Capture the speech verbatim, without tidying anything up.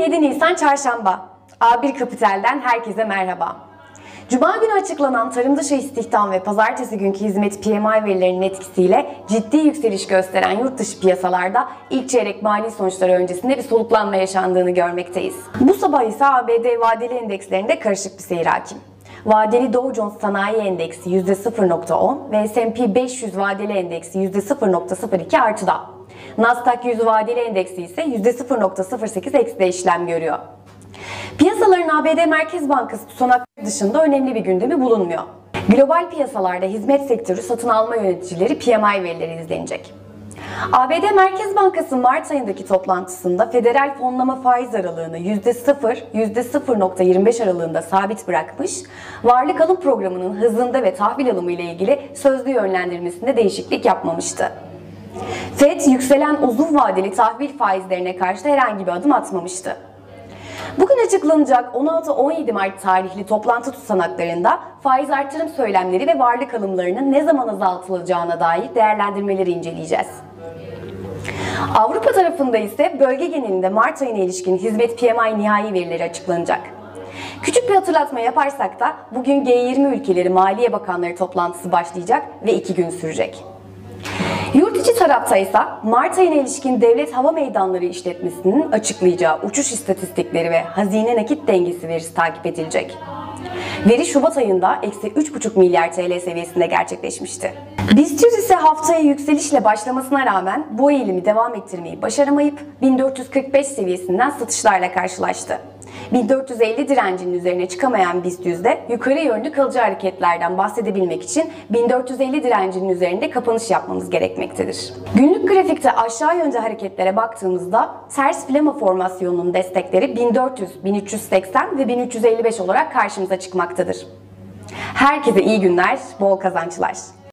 yedi Nisan Çarşamba. A bir Kapital'den herkese merhaba. Cuma günü açıklanan tarım dışı istihdam ve pazartesi günkü hizmet P M I verilerinin etkisiyle ciddi yükseliş gösteren yurt dışı piyasalarda ilk çeyrek mali sonuçları öncesinde bir soluklanma yaşandığını görmekteyiz. Bu sabah ise A B D vadeli endekslerinde karışık bir seyir hakim. Vadeli Dow Jones Sanayi Endeksi yüzde sıfır virgül on ve S and P beş yüz vadeli endeksi yüzde sıfır virgül sıfır iki artıda. Nasdaq yüz vadeli endeksi ise yüzde sıfır virgül sıfır sekiz ekside işlem görüyor. Piyasaların A B D Merkez Bankası tutanakları dışında önemli bir gündemi bulunmuyor. Global piyasalarda hizmet sektörü satın alma yöneticileri P M I verileri izlenecek. A B D Merkez Bankası Mart ayındaki toplantısında federal fonlama faiz aralığını yüzde sıfır yüzde sıfır virgül yirmi beş aralığında sabit bırakmış, varlık alım programının hızında ve tahvil alımı ile ilgili sözlü yönlendirmesinde değişiklik yapmamıştı. Fed yükselen uzun vadeli tahvil faizlerine karşı herhangi bir adım atmamıştı. Bugün açıklanacak on altı on yedi Mart tarihli toplantı tutanaklarında faiz artırım söylemleri ve varlık alımlarının ne zaman azaltılacağına dair değerlendirmeleri inceleyeceğiz. Avrupa tarafında ise bölge genelinde Mart ayına ilişkin hizmet P M I nihai verileri açıklanacak. Küçük bir hatırlatma yaparsak da bugün G yirmi ülkeleri Maliye Bakanları toplantısı başlayacak ve iki gün sürecek. Yurt içi tarafta ise Mart ayına ilişkin Devlet Hava Meydanları İşletmesi'nin açıklayacağı uçuş istatistikleri ve hazine nakit dengesi verisi takip edilecek. Veri Şubat ayında eksi üç buçuk milyar T L seviyesinde gerçekleşmişti. BIST yüz ise haftaya yükselişle başlamasına rağmen bu eğilimi devam ettirmeyi başaramayıp bin dört yüz kırk beş seviyesinden satışlarla karşılaştı. bin dört yüz elli direncinin üzerine çıkamayan BIST yüzde yukarı yönlü kalıcı hareketlerden bahsedebilmek için bin dört yüz elli direncinin üzerinde kapanış yapmamız gerekmektedir. Günlük grafikte aşağı yönde hareketlere baktığımızda ters flama formasyonunun destekleri bin dört yüz, bin üç yüz seksen ve bin üç yüz elli beş olarak karşımıza çıkmaktadır. Herkese iyi günler, bol kazançlar.